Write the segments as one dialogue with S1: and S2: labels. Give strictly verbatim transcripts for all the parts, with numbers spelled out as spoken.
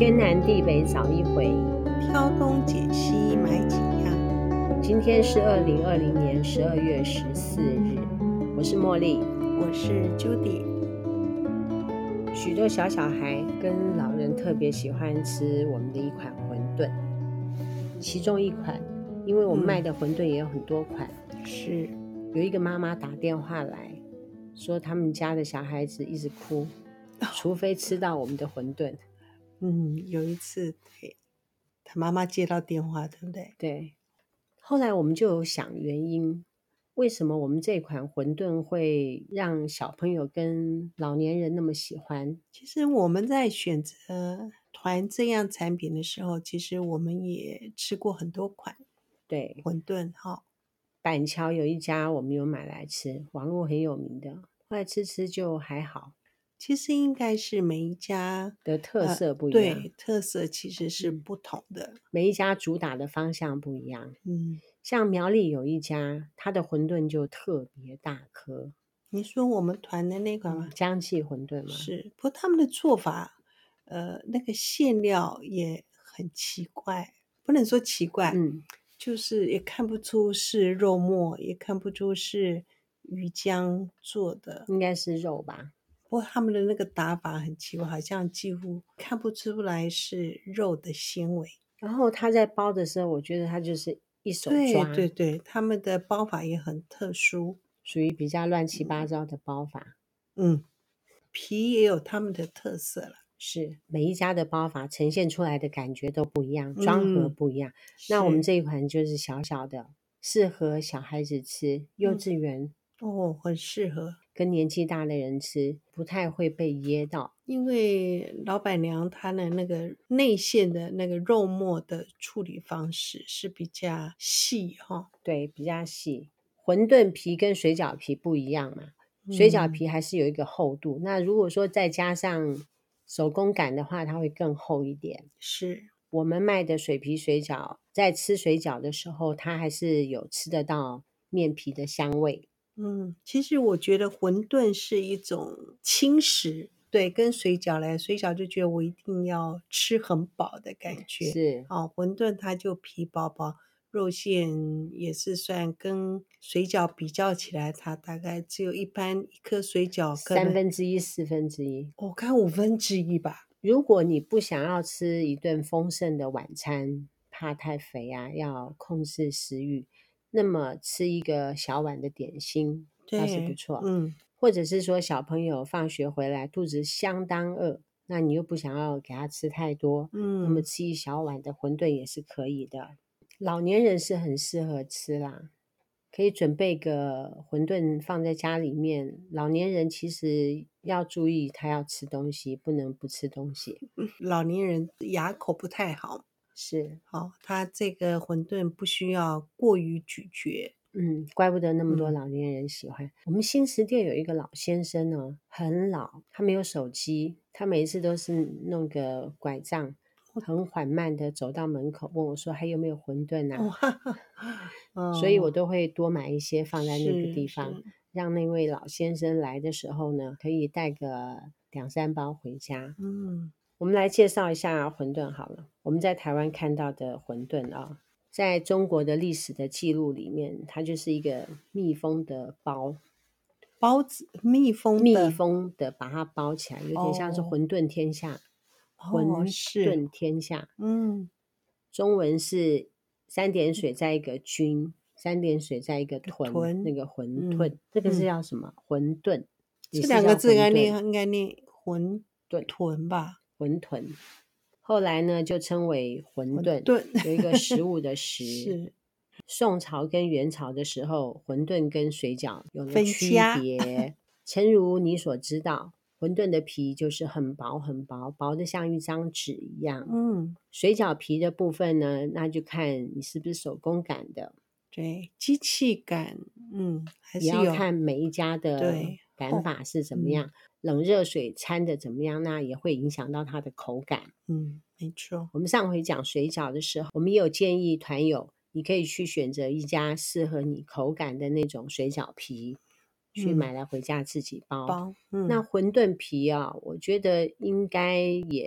S1: 天南地北找一回，
S2: 挑东拣西买几样。
S1: 今天是二零二零年十二月十四日，我是茉莉，
S2: 我是 Judy。
S1: 许多小小孩跟老人特别喜欢吃我们的一款馄饨，其中一款，因为我们卖的馄饨也有很多款，
S2: 嗯、是
S1: 有一个妈妈打电话来说，他们家的小孩子一直哭，哦、除非吃到我们的馄饨。
S2: 嗯，有一次，对，他妈妈接到电话，对不对？
S1: 对。后来我们就有想原因，为什么我们这款馄饨会让小朋友跟老年人那么喜欢？
S2: 其实我们在选择团这样产品的时候，其实我们也吃过很多款
S1: 对
S2: 馄饨哈。
S1: 板桥有一家我们有买来吃，网络很有名的，后来吃吃就还好。
S2: 其实应该是每一家
S1: 的特色不一样，
S2: 呃、对，特色其实是不同的、嗯，
S1: 每一家主打的方向不一样。
S2: 嗯，
S1: 像苗栗有一家，它的馄饨就特别大颗。
S2: 你说我们团的那款吗？
S1: 江记馄饨吗？
S2: 是，不过他们的做法，呃，那个馅料也很奇怪，不能说奇怪，
S1: 嗯，
S2: 就是也看不出是肉末，也看不出是鱼浆做的，
S1: 应该是肉吧。
S2: 不过他们的那个打法很奇怪，好像几乎看不出来是肉的纤维。
S1: 然后他在包的时候，我觉得他就是一手抓，
S2: 对对对，他们的包法也很特殊，
S1: 属于比较乱七八糟的包法。
S2: 嗯，皮也有他们的特色了。
S1: 是，每一家的包法呈现出来的感觉都不一样，装盒不一样。嗯、那我们这一款就是小小的，适合小孩子吃，幼稚园、
S2: 嗯、哦，很适合
S1: 跟年纪大的人吃，不太会被噎到。
S2: 因为老板娘她的那个内馅的那个肉末的处理方式是比较细哈、哦，
S1: 对，比较细。馄饨皮跟水饺皮不一样嘛，水饺皮还是有一个厚度。嗯、那如果说再加上手工感的话，它会更厚一点。
S2: 是
S1: 我们卖的水皮水饺，在吃水饺的时候，它还是有吃得到面皮的香味。
S2: 嗯，其实我觉得馄饨是一种轻食，对，跟水饺来，水饺就觉得我一定要吃很饱的感觉。
S1: 是
S2: 啊，馄饨它就皮薄薄，肉馅也是算跟水饺比较起来，它大概只有一般一颗水饺
S1: 三分之一、四分之一，
S2: 我看五分之一吧。
S1: 如果你不想要吃一顿丰盛的晚餐，怕太肥啊，要控制食欲，那么吃一个小碗的点心倒是不错。
S2: 嗯，
S1: 或者是说小朋友放学回来肚子相当饿，那你又不想要给他吃太多，嗯，那么吃一小碗的馄饨也是可以的。老年人是很适合吃啦，可以准备个馄饨放在家里面。老年人其实要注意，他要吃东西，不能不吃东西。
S2: 老年人牙口不太好，
S1: 是，
S2: 好、哦，他这个馄饨不需要过于咀嚼。
S1: 嗯，怪不得那么多老年人喜欢。嗯、我们新食店有一个老先生呢，很老，他没有手机，他每一次都是弄个拐杖，很缓慢的走到门口，问我说还有没有馄饨啊？哦、所以我都会多买一些放在那个地方，让那位老先生来的时候呢，可以带个两三包回家。嗯，我们来介绍一下馄饨好了。我们在台湾看到的馄饨啊。在中国的历史的记录里面，它就是一个密封的包，
S2: 包子密封的
S1: 密封的把它包起来，有点像是馄饨天下，
S2: 哦、
S1: 馄饨天下。
S2: 嗯，
S1: 中文是三点水在一个均，三点水在一个屯，屯那个馄饨，嗯、这个是叫什么？馄饨。
S2: 这两个字应该念应该念馄饨屯吧？
S1: 馄饨。后来呢，就称为馄饨，有一个食物的食。
S2: 是
S1: 宋朝跟元朝的时候，馄饨跟水饺有了区别。诚如你所知道，馄饨的皮就是很薄很薄，薄的像一张纸一样。嗯，水饺皮的部分呢，那就看你是不是手工擀的。
S2: 对，机器擀，嗯，还是
S1: 也要看每一家的擀法是怎么样。冷热水掺的怎么样，那也会影响到它的口感。
S2: 嗯，没错。
S1: 我们上回讲水饺的时候，我们也有建议团友，你可以去选择一家适合你口感的那种水饺皮，嗯、去买来回家自己包。包嗯、那馄饨皮啊，我觉得应该也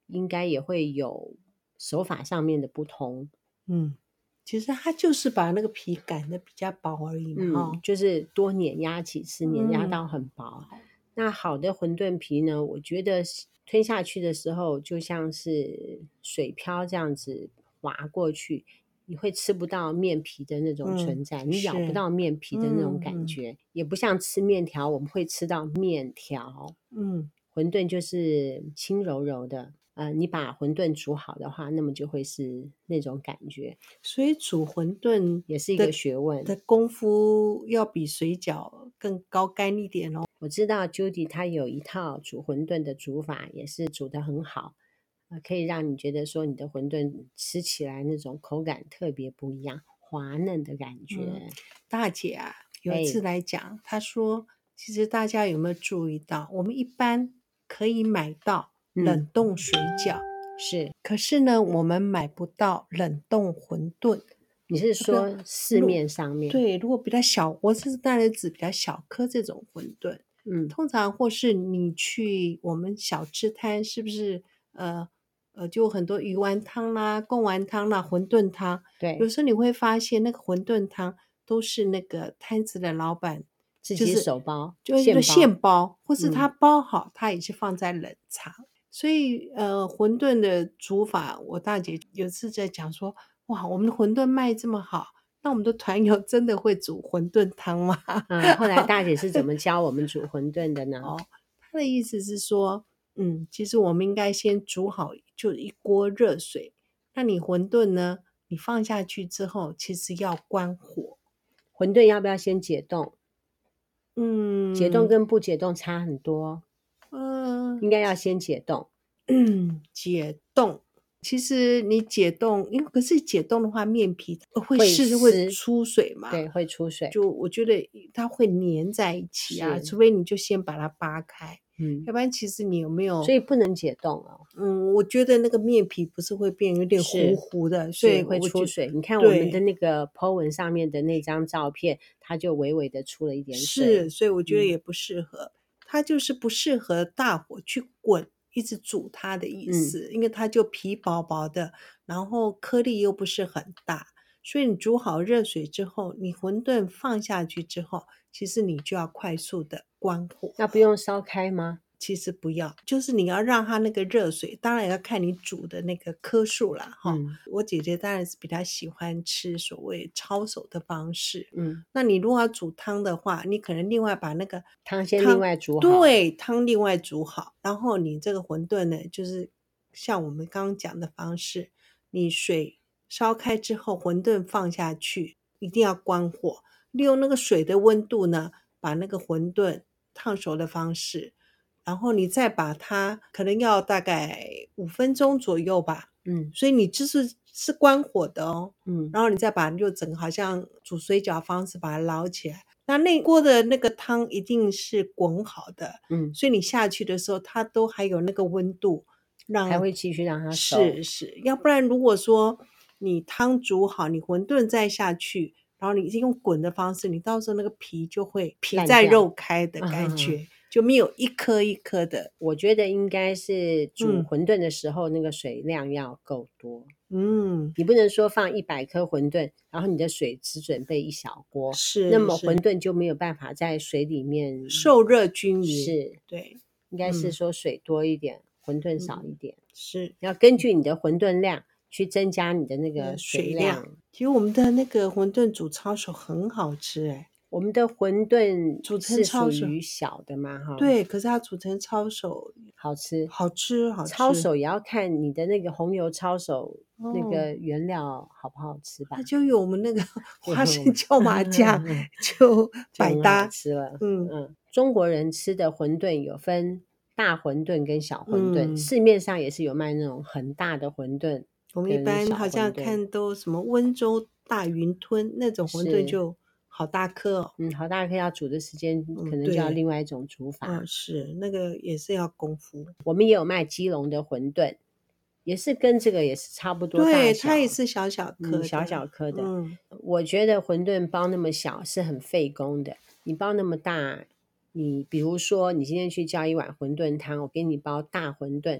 S1: 应该也会有手法上面的不同。
S2: 嗯，其实它就是把那个皮擀的比较薄而已嘛，
S1: 嗯，
S2: 哈、
S1: 就是多碾压几次，碾压
S2: 嗯
S1: 到很薄。那好的馄饨皮呢，我觉得是吞下去的时候就像是水漂这样子滑过去，你会吃不到面皮的那种存
S2: 嗯，
S1: 在，你咬不
S2: 是，
S1: 到面皮的那种
S2: 嗯嗯
S1: 感觉，也不像吃面条，我们会吃到面条。
S2: 嗯，
S1: 馄饨就是轻柔柔的，呃，你把馄饨煮好的话，那么就会是那种感觉，
S2: 所以煮馄饨
S1: 也是一个学问。
S2: 的功夫要比水饺更高干一点哦。
S1: 我知道 Judy 她有一套煮馄饨的煮法，也是煮得很好，呃，可以让你觉得说你的馄饨吃起来那种口感特别不一样，滑嫩的感
S2: 嗯，
S1: 觉。
S2: 大姐啊，有一
S1: 哎，
S2: 次来讲，她说，其实大家有没有注意到，我们一般可以买到
S1: 嗯，
S2: 冷冻水饺，
S1: 是，
S2: 可是呢，我们买不到冷冻馄饨。
S1: 你是说市
S2: 如
S1: 面上面？
S2: 对，如果比较小，我是当然指比较小颗这种馄饨，
S1: 嗯，
S2: 通常或是你去我们小吃摊，是不是呃呃，就很多鱼丸汤啦、贡丸汤啦、馄饨汤，有
S1: 对，
S2: 时候你会发现那个馄饨汤都是那个摊子的老板
S1: 自己
S2: 就是
S1: 手包、
S2: 就是
S1: 现包，
S2: 现包，或是他
S1: 嗯，
S2: 包好，他也是放在冷藏。所以呃，馄饨的煮法，我大姐有次在讲说，哇，我们的馄饨卖这么好，那我们的团友真的会煮馄饨汤吗？
S1: 嗯，后来大姐是怎么教我们煮馄饨的呢？
S2: 哦，他的意思是说，嗯，其实我们应该先煮好就一锅热水，那你馄饨呢，你放下去之后，其实要关火。
S1: 馄饨要不要先解冻？解冻
S2: 嗯
S1: 跟不解冻差很多，
S2: 嗯、
S1: 应该要先解冻。
S2: 呃解冻。其实你解冻，因为可是解冻的话，面皮会
S1: 会
S2: 是会
S1: 湿，
S2: 出水嘛？
S1: 对，会出水。
S2: 就我觉得它会粘在一起啊，
S1: 是，
S2: 除非你就先把它扒开，
S1: 嗯，
S2: 要不然其实你有没有？
S1: 所以不能解冻哦。
S2: 嗯，我觉得那个面皮不是会变有点糊
S1: 是
S2: 糊的，所以
S1: 是会
S2: 我觉
S1: 出水。你看我们的
S2: 对
S1: 那个 po 文上面的那张照片，它就微微的出了一点
S2: 是，
S1: 水。
S2: 所以我觉得
S1: 嗯
S2: 也不适合，它就是不适合大火去滚，一直煮它的意
S1: 嗯，
S2: 思，因为它就皮薄薄的，然后颗粒又不是很大，所以你煮好热水之后，你馄饨放下去之后，其实你就要快速的关火。
S1: 那不用烧开吗？
S2: 其实不要，就是你要让它那个热水，当然也要看你煮的那个颗数啦，哈。
S1: 嗯
S2: 我姐姐当然是比较喜欢吃所谓抄手的方式。
S1: 嗯，
S2: 那你如果要煮汤的话，你可能另外把那个
S1: 汤先另外煮好。
S2: 对，汤另外煮好，然后你这个馄饨呢，就是像我们刚刚讲的方式，你水烧开之后，馄饨放下去，一定要关火，利用那个水的温度呢，把那个馄饨烫熟的方式。然后你再把它，可能要大概五分钟左右吧，
S1: 嗯
S2: 所以你就是是关火的哦，
S1: 嗯，
S2: 然后你再把就整个好像煮水饺方式把它捞起来，那那锅的那个汤一定是滚好的，
S1: 嗯，
S2: 所以你下去的时候它都还有那个温度，让
S1: 还会继续让它熟。
S2: 是是，要不然如果说你汤煮好，你馄饨再下去，然后你是用滚的方式，你到时候那个皮就会皮
S1: 烂掉
S2: 在肉开的
S1: 啊
S2: 感觉。就没有一颗一颗的，
S1: 我觉得应该是煮
S2: 嗯
S1: 馄饨的时候，那个水量要够多。
S2: 嗯，
S1: 你不能说放一百颗馄饨，然后你的水只准备一小锅，
S2: 是，
S1: 那么
S2: 是
S1: 馄饨就没有办法在水里面
S2: 受热均匀，
S1: 是，
S2: 对，
S1: 应该是
S2: 嗯
S1: 说水多一点，馄饨少一点。
S2: 是
S1: 要根据你的馄饨量去增加你的那个
S2: 呃
S1: 水
S2: 水量。其实我们的那个馄饨煮抄手很好吃哎，
S1: 我们的馄饨
S2: 煮成
S1: 是
S2: 抄手
S1: 属于小的嘛，哈，，
S2: 对，可是它煮成抄手
S1: 好吃。
S2: 好吃好吃，
S1: 抄手也要看你的那个红油抄手、那
S2: 哦
S1: 个原料好不好吃吧
S2: 它，就有我们那个花生
S1: 嗯
S2: 椒麻酱就
S1: 就很好
S2: 百搭，
S1: 吃了。
S2: 嗯
S1: 嗯，中国人吃的馄饨有分大馄饨跟小馄饨，
S2: 嗯
S1: 市面上也是有卖那种很大的馄饨
S2: 我们一
S1: 跟小
S2: 般好像
S1: 馄饨。
S2: 看都什么温州大云吞那种馄饨
S1: 是
S2: 就好大颗哦，
S1: 嗯，好大颗要煮的时间
S2: 嗯
S1: 可能就要
S2: 对
S1: 另外一种煮法。
S2: 嗯，是那个也是要功夫。
S1: 我们也有卖基隆的馄饨，也是跟这个也是差不多大
S2: 对，
S1: 小，
S2: 它也是小小颗
S1: 嗯，
S2: 的，
S1: 小小颗的。
S2: 嗯，
S1: 我觉得馄饨包那么小是很费工的，你包那么大，你比如说你今天去叫一碗馄饨汤，我给你包大馄饨，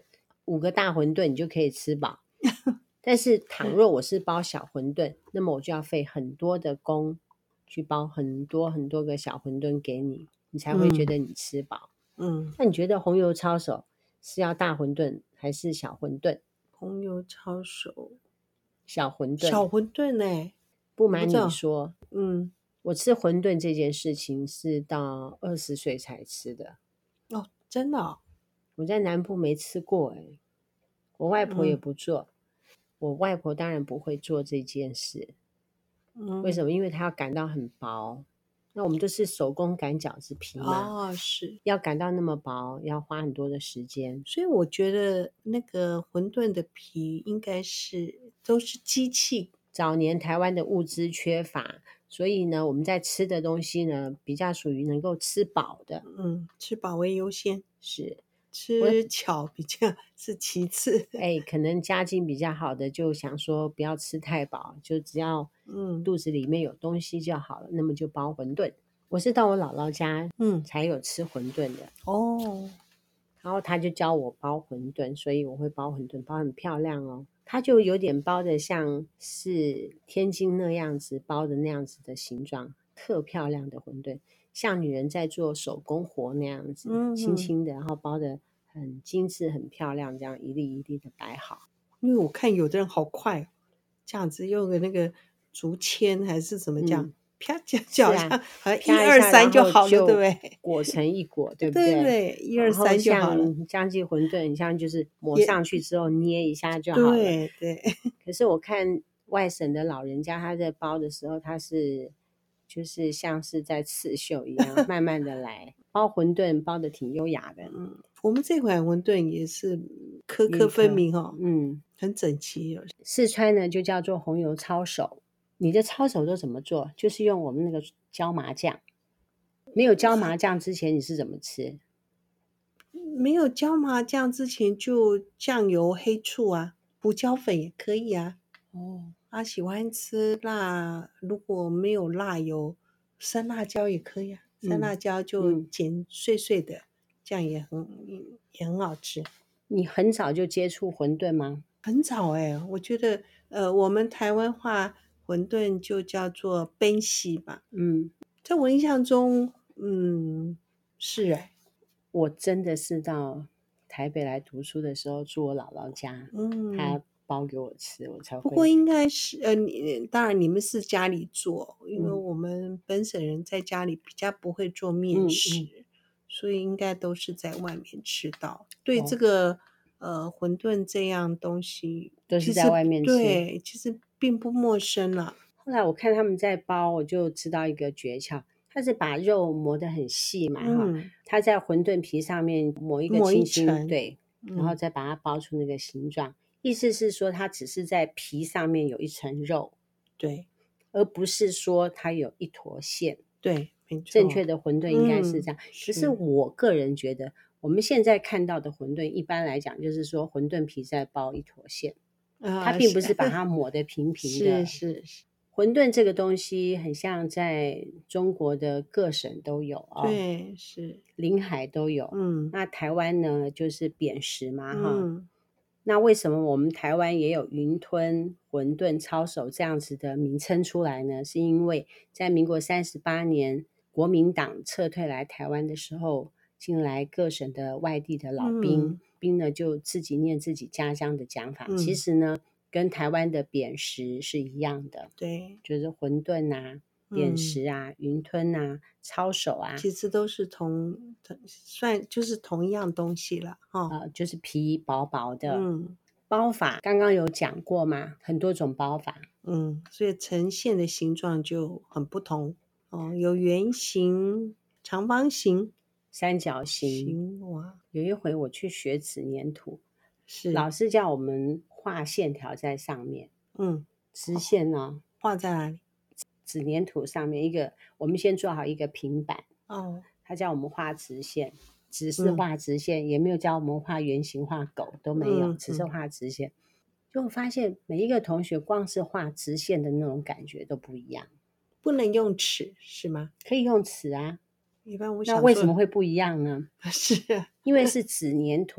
S1: 五个大馄饨你就可以吃饱。但是倘若我是包小馄饨，那么我就要费很多的工去包很多很多个小馄饨给你，你才会觉得你吃饱。
S2: 嗯，
S1: 那你觉得红油抄手是要大馄饨还是小馄饨？
S2: 红油抄手，
S1: 小馄饨。
S2: 小馄饨呢？
S1: 不瞒
S2: 我不知道
S1: 你说，
S2: 嗯，
S1: 我吃馄饨这件事情是到二十岁才吃的。
S2: 哦，真的哦，
S1: 我在南部没吃过哎、欸，我外婆也
S2: 嗯
S1: 不做，我外婆当然不会做这件事。为什
S2: 嗯，
S1: 么？因为她要擀到很薄，那我们都是手工擀饺子皮嘛，
S2: 哦，是，
S1: 要擀到那么薄，要花很多的时间。
S2: 所以我觉得那个馄饨的皮应该是都是机器，
S1: 早年台湾的物资缺乏，所以呢，我们在吃的东西呢，比较属于能够吃饱的。
S2: 嗯，吃饱为优先，
S1: 是
S2: 吃巧比较是其次。
S1: 哎，可能家境比较好的就想说不要吃太饱，就只要
S2: 嗯
S1: 肚子里面有东西就好了，那么就包馄饨。我是到我姥姥家
S2: 嗯，
S1: 才有吃馄饨的，
S2: 哦，
S1: 然后他就教我包馄饨，所以我会包馄饨，包很漂亮哦。它就有点包的像是天津那样子包的那样子的形状，特漂亮的馄饨，像女人在做手工活那样子，
S2: 嗯嗯，
S1: 轻轻的，然后包的很精致、很漂亮，这样一粒一粒的摆好。
S2: 因为我看有的人好快哦，这样子用个那个竹签还是怎么这样，
S1: 嗯，
S2: 啪就就好
S1: 是啊，
S2: 像好像一
S1: 啪一
S2: 二
S1: 下然后
S2: 三就好了，对不
S1: 就
S2: 对？
S1: 裹成一裹，对不
S2: 对
S1: 对？
S2: 对，一二
S1: 然后
S2: 三就好了。
S1: 像江记馄饨，像就是抹
S2: 也
S1: 上去之后捏一下就好了。
S2: 对对，
S1: 可是我看外省的老人家他在包的时候，他是就是像是在刺绣一样，慢慢的来包馄饨，包的挺优雅的。
S2: 嗯，我们这款馄饨也是颗颗
S1: 有一颗
S2: 分明哦，
S1: 嗯，
S2: 很整齐哦。
S1: 四川呢就叫做红油抄手。你的抄手都怎么做？就是用我们那个椒麻酱。没有椒麻酱之前你是怎么吃？
S2: 没有椒麻酱之前就酱油、黑醋啊，胡椒粉也可以啊。
S1: 哦，
S2: 啊，喜欢吃辣，如果没有辣油，生辣椒也可以啊。生辣椒就
S1: 嗯
S2: 剪碎碎的，这样也很也很好吃。
S1: 你很早就接触馄饨吗？
S2: 很早哎、我觉得呃，我们台湾话馄饨就叫做奔喜吧，
S1: 嗯，
S2: 在我印象中，嗯，是哎、
S1: 我真的是到台北来读书的时候住我姥姥家，
S2: 嗯，
S1: 她包给我吃，我才
S2: 不过
S1: 会。
S2: 应该是呃，你当然你们是家里做，因为
S1: 嗯
S2: 我们本省人在家里比较不会做面
S1: 嗯
S2: 食，
S1: 嗯，
S2: 所以应该都是在外面吃到。对
S1: 哦
S2: 这个呃馄饨这样东西，
S1: 都是在
S2: 其实
S1: 外面吃。
S2: 对，其实并不陌生了。
S1: 后来我看他们在包，我就知道一个诀窍，他是把肉磨得很细嘛，哈、
S2: 嗯，
S1: 他在馄饨皮上面抹一个
S2: 抹一
S1: 轻轻
S2: 层
S1: 对，然后
S2: 嗯
S1: 再把它包出那个形状。意思是说，它只是在皮上面有一层肉，
S2: 对
S1: 而不是说它有一坨馅。
S2: 对，没错，
S1: 正确的馄饨应该是这样。
S2: 嗯
S1: 可是我个人觉得，我们现在看到的馄饨，一般来讲就是说馄饨皮再包一坨馅，
S2: 啊，
S1: 它并不是把它抹得平平的。
S2: 是是是，
S1: 馄饨这个东西很像在中国的各省都有哦，
S2: 对是，
S1: 临海都有。
S2: 嗯
S1: 那台湾呢，就是扁食嘛，哈、
S2: 嗯
S1: 那为什么我们台湾也有云吞、馄饨、抄手这样子的名称出来呢？是因为在民国三十八年，国民党撤退来台湾的时候，进来各省的外地的老兵，
S2: 嗯
S1: 兵呢就自己念自己家乡的讲法，
S2: 嗯
S1: 其实呢跟台湾的扁食是一样的，
S2: 对，
S1: 就是馄饨啊、扁
S2: 嗯
S1: 食啊、云吞啊、抄手啊，
S2: 其实都是同同算就是同一样东西了哈。
S1: 呃，就是皮薄薄的。
S2: 嗯
S1: 包法刚刚有讲过嘛，很多种包法。
S2: 嗯，所以呈现的形状就很不同哦，有圆形、长方形、
S1: 三角形。
S2: 形哇，
S1: 有一回我去学纸黏土，
S2: 是
S1: 老师叫我们画线条在上面，
S2: 嗯，
S1: 直线呢，
S2: 画在哪里？
S1: 纸黏土上面一个，我们先做好一个平板，
S2: 哦，
S1: 他叫我们画直线，只是
S2: 嗯
S1: 画直线，也没有教我们画圆形、画狗都没有，
S2: 嗯
S1: 只是画直线。就我发现每一个同学光是画直线的那种感觉都不一样，
S2: 不能用尺是吗？
S1: 可以用尺啊，
S2: 一般我想
S1: 那为什
S2: 说
S1: 么会不一样呢？
S2: 是啊
S1: 因为是纸黏土，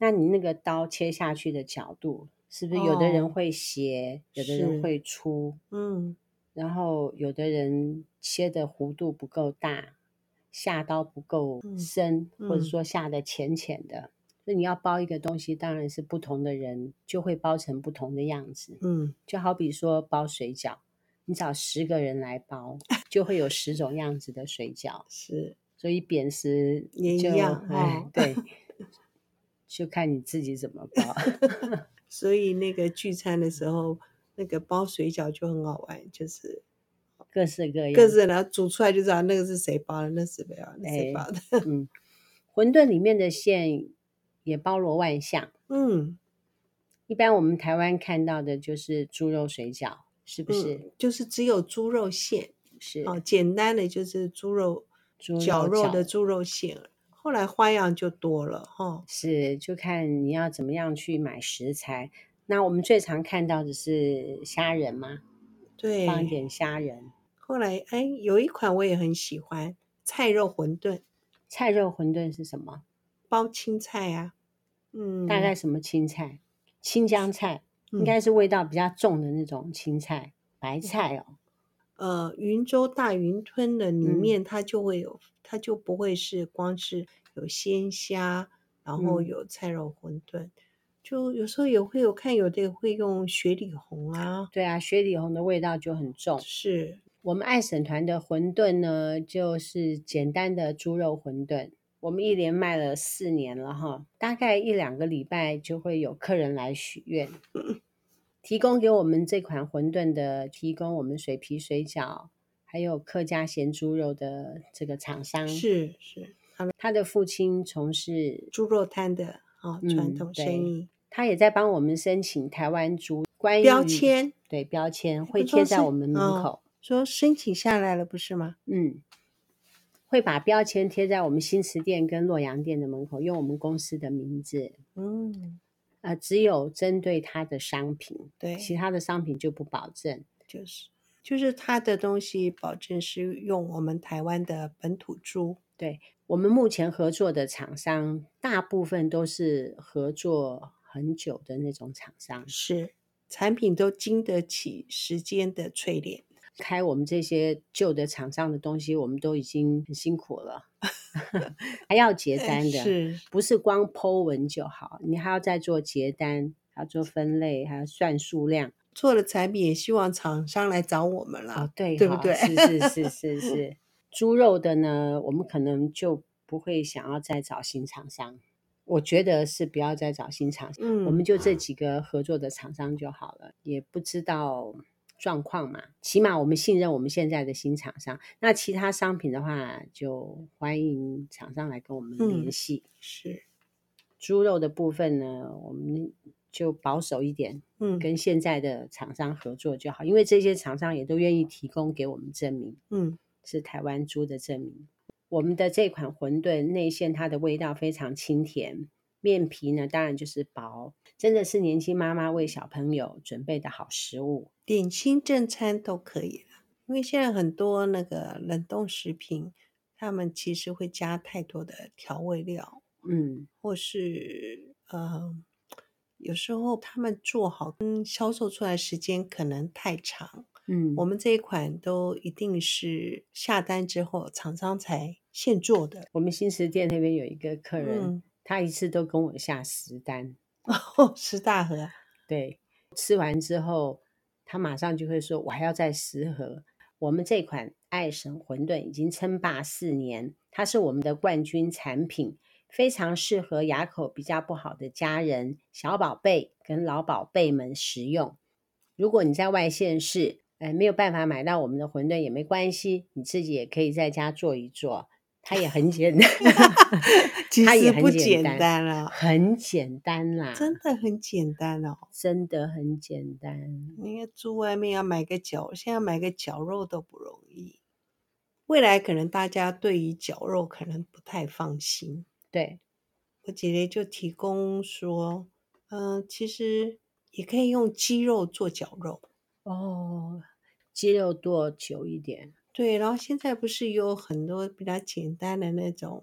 S1: 那你那个刀切下去的角度，是不是有的人
S2: 哦，
S1: 会斜，有的人
S2: 是，
S1: 会粗，
S2: 嗯
S1: 然后有的人切的弧度不够大，下刀不够
S2: 嗯
S1: 深，或者
S2: 嗯
S1: 说下的浅浅的。所以你要包一个东西，当然是不同的人就会包成不同的样子。
S2: 嗯，
S1: 就好比说包水饺，你找十个人来包，就会有十种样子的水饺。
S2: 是
S1: 所以扁食
S2: 也一
S1: 就
S2: 样
S1: 哎，
S2: 哦。
S1: 对，就看你自己怎么包。
S2: 所以那个聚餐的时候，那个包水饺就很好玩，就是
S1: 各式各样。
S2: 各自然后煮出来就知道那个是谁包的，那是谁包的，那谁包
S1: 哎，
S2: 的。
S1: 嗯，馄饨里面的馅也包罗万象。
S2: 嗯
S1: 一般我们台湾看到的就是猪肉水饺，是不是？
S2: 嗯，就是只有猪肉馅，
S1: 是
S2: 哦，简单的就是猪肉
S1: 猪
S2: 绞
S1: 肉饺，
S2: 肉的猪肉馅，后来花样就多了哈。
S1: 是就看你要怎么样去买食材。那我们最常看到的是虾仁嘛，放一
S2: 对，
S1: 点虾仁。
S2: 后来哎，有一款我也很喜欢，菜肉馄饨，
S1: 菜肉馄饨是什么？
S2: 包青菜啊，嗯
S1: 大概什么青菜？青江菜，应
S2: 嗯，
S1: 该是味道比较重的那种青菜，白菜哦。
S2: 呃，云州大云吞的里
S1: 嗯
S2: 面它就会有，它就不会是光是有鲜虾，然后
S1: 嗯，
S2: 有菜肉馄饨，就有时候也会有看有的会用雪里红啊，
S1: 对啊，雪里红的味道就很重。
S2: 是，
S1: 我们爱省团的馄饨呢，就是简单的猪肉馄饨。我们一连卖了四年了哈，大概一两个礼拜就会有客人来许愿，提供给我们这款馄饨的，提供我们水皮水饺，还有客家咸猪肉的这个厂商，
S2: 是是，他们
S1: 他的父亲从事
S2: 猪肉摊的啊、传
S1: 嗯，
S2: 统生
S1: 对，
S2: 意，
S1: 他也在帮我们申请台湾猪关
S2: 标
S1: 于
S2: 签
S1: 对标签
S2: 不
S1: 会贴
S2: 都是
S1: 在我们门
S2: 嗯、
S1: 口，
S2: 说申请下来了不是吗？
S1: 嗯。会把标签贴在我们新池店跟洛阳店的门口，用我们公司的名字，
S2: 嗯，
S1: 呃，只有针对它的商品，其
S2: 对，
S1: 他的商品就不保证。
S2: 就是就是他的东西保证是用我们台湾的本土猪，
S1: 对，我们目前合作的厂商，大部分都是合作很久的那种厂商，
S2: 是产品都经得起时间的淬炼。
S1: 开我们这些旧的厂商的东西，我们都已经很辛苦了，还要结
S2: 哎
S1: 单的，
S2: 是
S1: 不是光 po 文就好，你还要再做结单，还要做分类，还要算数量。
S2: 做了产品，也希望厂商来找我们啦，
S1: 哦，对哈，
S2: 对不对？
S1: 是是是是是，猪肉的呢，我们可能就不会想要再找新厂商。我觉得是不要再找新厂商，我们
S2: 嗯
S1: 就这几个合作的厂商就好了，也不知道状况嘛。起码我们信任我们现在的新厂商。那其他商品的话，就欢迎厂商来跟我们联
S2: 嗯，
S1: 系。
S2: 是，
S1: 猪肉的部分呢，我们就保守一点，
S2: 嗯
S1: 跟现在的厂商合作就好，因为这些厂商也都愿意提供给我们证明，
S2: 嗯
S1: 是台湾猪的证明。我们的这款馄饨内馅它的味道非常清甜，面皮呢当然就是薄，真的是年轻妈妈为小朋友准备的好食物。
S2: 点心正餐都可以了，因为现在很多那个冷冻食品，他们其实会加太多的调味料，
S1: 嗯
S2: 或是呃，有时候他们做好跟销售出来时间可能太长。我
S1: 嗯，
S2: 们这一款都一定是下单之后厂商才现做的。
S1: 我们新食店那边有一个客人，
S2: 嗯，
S1: 他一次都跟我下十单，
S2: 哦，十大盒，
S1: 对，吃完之后，他马上就会说：“我还要再十盒。”我们这款爱神馄饨已经称霸四年，它是我们的冠军产品，非常适合牙口比较不好的家人、小宝贝跟老宝贝们食用。如果你在外县市，呃，没有办法买到我们的馄饨也没关系，你自己也可以在家做一做，它也很简单，
S2: 其
S1: 它也很
S2: 实不简
S1: 简单，
S2: 单啊，
S1: 很简单啦，
S2: 真的很简单哦。
S1: 真的很简单。
S2: 你看住外面要买个绞，现在买个绞肉都不容易。未来可能大家对于绞肉可能不太放心。
S1: 对，
S2: 我姐姐就提供说，嗯、其实也可以用鸡肉做绞肉。
S1: 哦，鸡肉剁久一点，
S2: 对，然后现在不是有很多比较简单的那种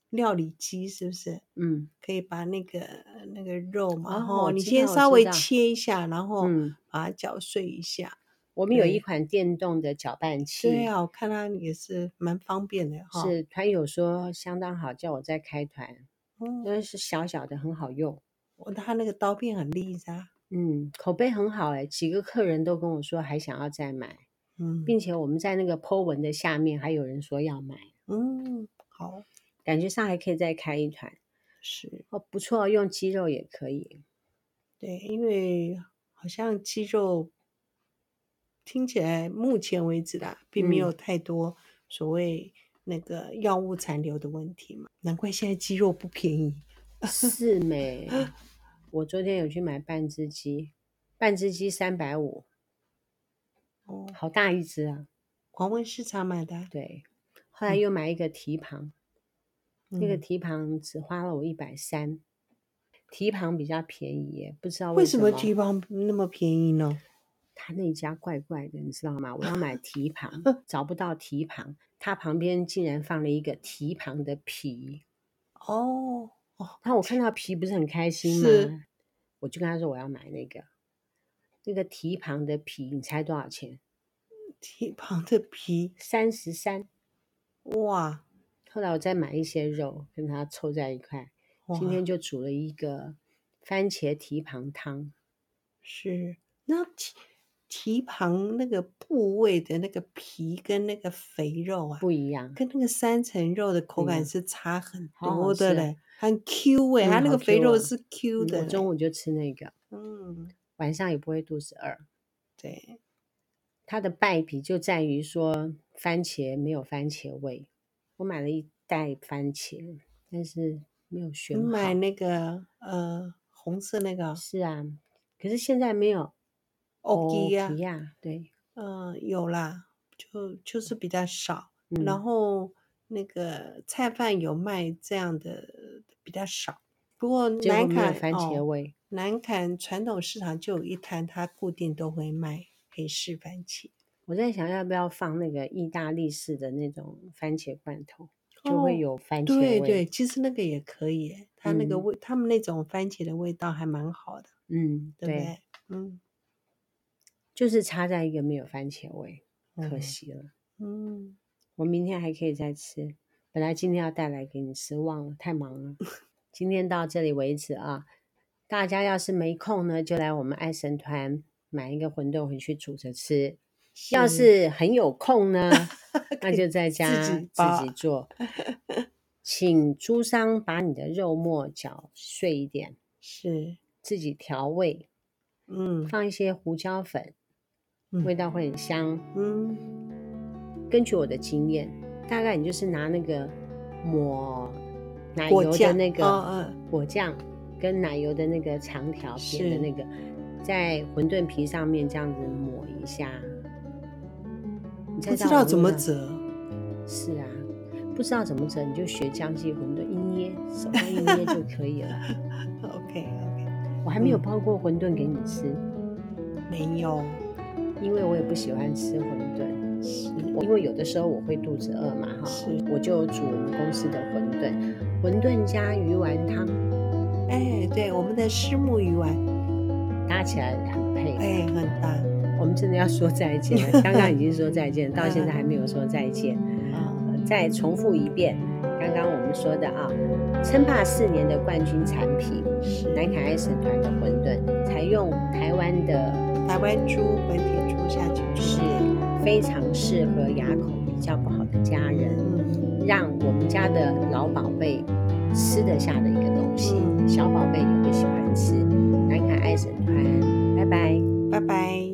S2: 料理机是不是？
S1: 嗯，
S2: 可以把那个那个肉嘛，
S1: 哦，
S2: 吼，你
S1: 我知道，我
S2: 先稍微
S1: 知道。
S2: 切一下，然后
S1: 嗯，
S2: 把它搅碎一下。
S1: 我们有一
S2: 对
S1: 款电动的搅拌
S2: 对
S1: 器，
S2: 啊，我看它也是蛮方便的哈。
S1: 是团友说相当好，叫我再开团，因
S2: 嗯，
S1: 为是小小的，很好用。
S2: 我它那个刀片很利噻。
S1: 嗯，口碑很好哎，几个客人都跟我说还想要再买，
S2: 嗯
S1: 并且我们在那个 po 文的下面还有人说要买，
S2: 嗯，好，
S1: 感觉上还可以再开一团。
S2: 是
S1: 哦，不错，用鸡肉也可以。
S2: 对，因为好像鸡肉听起来目前为止啦，并没有
S1: 嗯，
S2: 太多所谓那个药物残留的问题嘛，难怪现在鸡肉不便宜。
S1: 是没？我昨天有去买半只鸡，半只鸡三百五，
S2: 哦，
S1: 好大一只啊。
S2: 黄昏市场买的啊。
S1: 对，后来又买一个蹄膀，那个
S2: 嗯，
S1: 蹄膀只花了我一百三，蹄膀比较便宜耶，不知道
S2: 为什么
S1: 为什么。
S2: 蹄膀那么便宜呢？
S1: 他那家怪怪的，你知道吗？我要买蹄膀，找不到蹄膀，他旁边竟然放了一个蹄膀的皮。
S2: 哦哦，
S1: 然后我看到皮不是很开心
S2: 是
S1: 吗？我就跟他说我要买那个那个蹄膀的皮，你猜多少钱？
S2: 蹄膀的皮，
S1: 三十三。
S2: 哇
S1: 后来我再买一些肉跟它凑在一块，今天
S2: 哇，
S1: 就煮了一个番茄蹄膀汤。
S2: 是那蹄蹄膀那个部位的那个皮跟那个肥肉啊，
S1: 不一样，
S2: 跟那个三层肉的口
S1: 不一样
S2: 感是差很
S1: 好好吃啊。
S2: 多的嘞，很 Q 哎、
S1: 嗯，好
S2: 它那个肥
S1: Q 啊。
S2: 肉是 Q
S1: 嗯，
S2: 的嘞。
S1: 我中午就吃那个，
S2: 嗯，
S1: 晚上也不会肚子饿。
S2: 对，
S1: 它的败笔就在于说番茄没有番茄味。我买了一袋番茄，但是没有
S2: 你
S1: 选好。
S2: 买那个呃红色那个
S1: 是啊，可是现在没有
S2: 欧吉呀，
S1: 皮亚，对，
S2: 嗯、有啦，就就是比较少。
S1: 嗯，
S2: 然后那个菜贩有卖这样的比较少，不过
S1: 结果
S2: 南
S1: 没有番茄
S2: 坎哦，
S1: 味。
S2: 南坎传统市场就有一摊，它固定都会卖黑市番茄。
S1: 我在想要不要放那个意大利式的那种番茄罐头，就会
S2: 哦，
S1: 有番茄味。
S2: 对对，其实那个也可以耶，它那个
S1: 嗯
S2: 味，他们那种番茄的味道还蛮好的，
S1: 嗯，对，
S2: 对不对？嗯
S1: 就是差在一个没有番茄味，可
S2: 嗯
S1: 惜了。
S2: 嗯，
S1: 我明天还可以再吃，本来今天要带来给你吃，忘了，太忙了。今天到这里为止啊，大家要是没空呢，就来我们爱神团买一个馄饨回去煮着吃。要是很有空呢，那就在家
S2: 自己
S1: 自
S2: 包
S1: 己做。请猪商把你的肉末搅碎一点，
S2: 是，
S1: 自己调味，
S2: 嗯
S1: 放一些胡椒粉，
S2: 嗯
S1: 味道会很香。
S2: 嗯，
S1: 根据我的经验，大概你就是拿那个抹奶油的
S2: 果酱
S1: 那个
S2: 哦哦
S1: 果酱，跟奶油的那个长条扁的
S2: 是
S1: 那个，在馄饨皮上面这样子抹一下。你再
S2: 不知道怎
S1: 到网络上
S2: 么折，
S1: 是啊，不知道怎么折，你就学江记馄饨，一捏手上一捏就可以了。
S2: OK OK，
S1: 我还没有
S2: 嗯
S1: 包过馄饨给你吃，
S2: 没有，
S1: 因为我也不喜欢吃馄饨。
S2: 是
S1: 我因为有的时候我会肚子饿嘛，哈
S2: 是，
S1: 我就煮我们公司的馄饨，馄饨加鱼丸汤，
S2: 哎，对，我们的虱目鱼丸，
S1: 搭起来很配。
S2: 哎，很大
S1: 我们真的要说再见了，刚刚已经说再见，到现在还没有说再见。
S2: 啊，
S1: 呃再重复一遍，刚刚我们说的啊，称霸四年的冠军产品
S2: 是
S1: 南凯爱神团的馄饨，采用台湾的，
S2: 台湾猪本体猪下去煮
S1: 是
S2: 的，
S1: 非常适合牙口比较不好的家人，
S2: 嗯
S1: 让我们家的老宝贝吃得下的一个东西，
S2: 嗯
S1: 小宝贝也会喜欢吃。南凯爱神团，拜拜。
S2: 拜拜。